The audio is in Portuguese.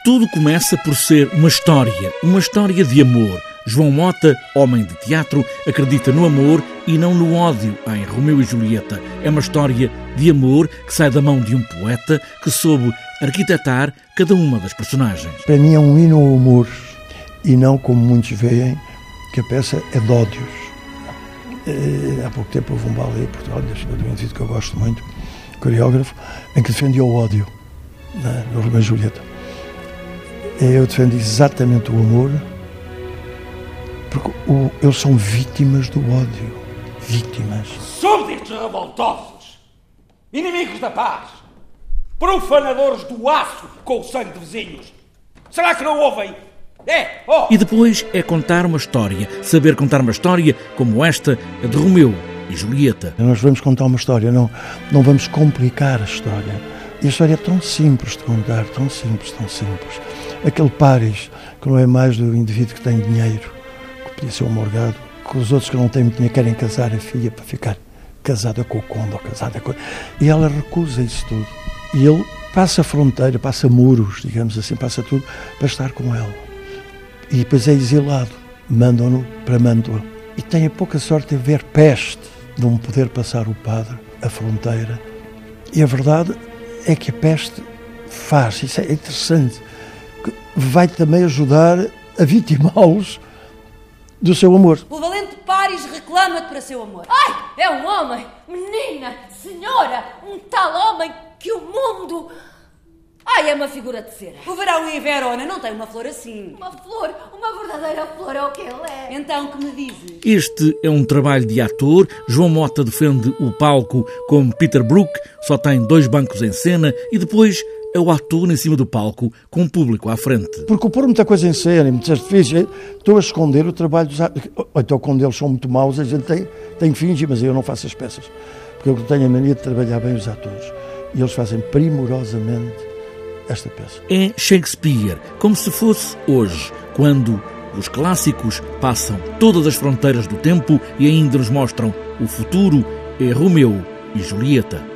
Tudo começa por ser uma história de amor. João Mota, homem de teatro, acredita no amor e não no ódio em Romeu e Julieta. É uma história de amor que sai da mão de um poeta que soube arquitetar cada uma das personagens. Para mim é um hino ao amor e não, como muitos veem, que a peça é de ódios. Há pouco tempo houve um balé em Portugal, de um indivíduo que eu gosto muito, coreógrafo, em que defendia o ódio no Romeu e Julieta. Eu defendo exatamente o amor, porque eles são vítimas do ódio. Vítimas. Súbditos revoltosos, inimigos da paz, profanadores do aço com o sangue de vizinhos. Será que não ouvem? E depois é contar uma história, saber contar uma história como esta, a de Romeu e Julieta. Nós vamos contar uma história, não vamos complicar a história. E a história é tão simples de contar, tão simples. Aquele Paris, que não é mais do indivíduo que tem dinheiro, que podia ser um morgado, que os outros que não têm muito dinheiro querem casar a filha para ficar casada com o conde ou casada com... E ela recusa isso tudo. E ele passa a fronteira, passa muros, digamos assim, passa tudo para estar com ela. E depois é exilado, mandam-no para Mântua. E tem a pouca sorte de ver peste, de não poder passar o padre a fronteira. E a verdade é que a peste faz, isso é interessante, que vai também ajudar a vitimá-los do seu amor. O valente Paris reclama-te para seu amor. Ai, é um homem, menina, senhora, um tal homem que o mundo... Ai, é uma figura de cera. O verão em Verona não tem uma flor assim. Uma flor, uma verdadeira flor é o que ele é. Então, que me dizes? Este é um trabalho de ator. João Mota defende o palco como Peter Brook, só tem 2 bancos em cena e depois é o ator em cima do palco com o público à frente. Porque pôr muita coisa em cena e muitos artifícios, estou a esconder o trabalho dos atores. Então, quando eles são muito maus, a gente tem que fingir, mas eu não faço as peças. Porque eu tenho a mania de trabalhar bem os atores. E eles fazem primorosamente esta peça. É Shakespeare, como se fosse hoje, quando os clássicos passam todas as fronteiras do tempo e ainda nos mostram o futuro. É Romeu e Julieta.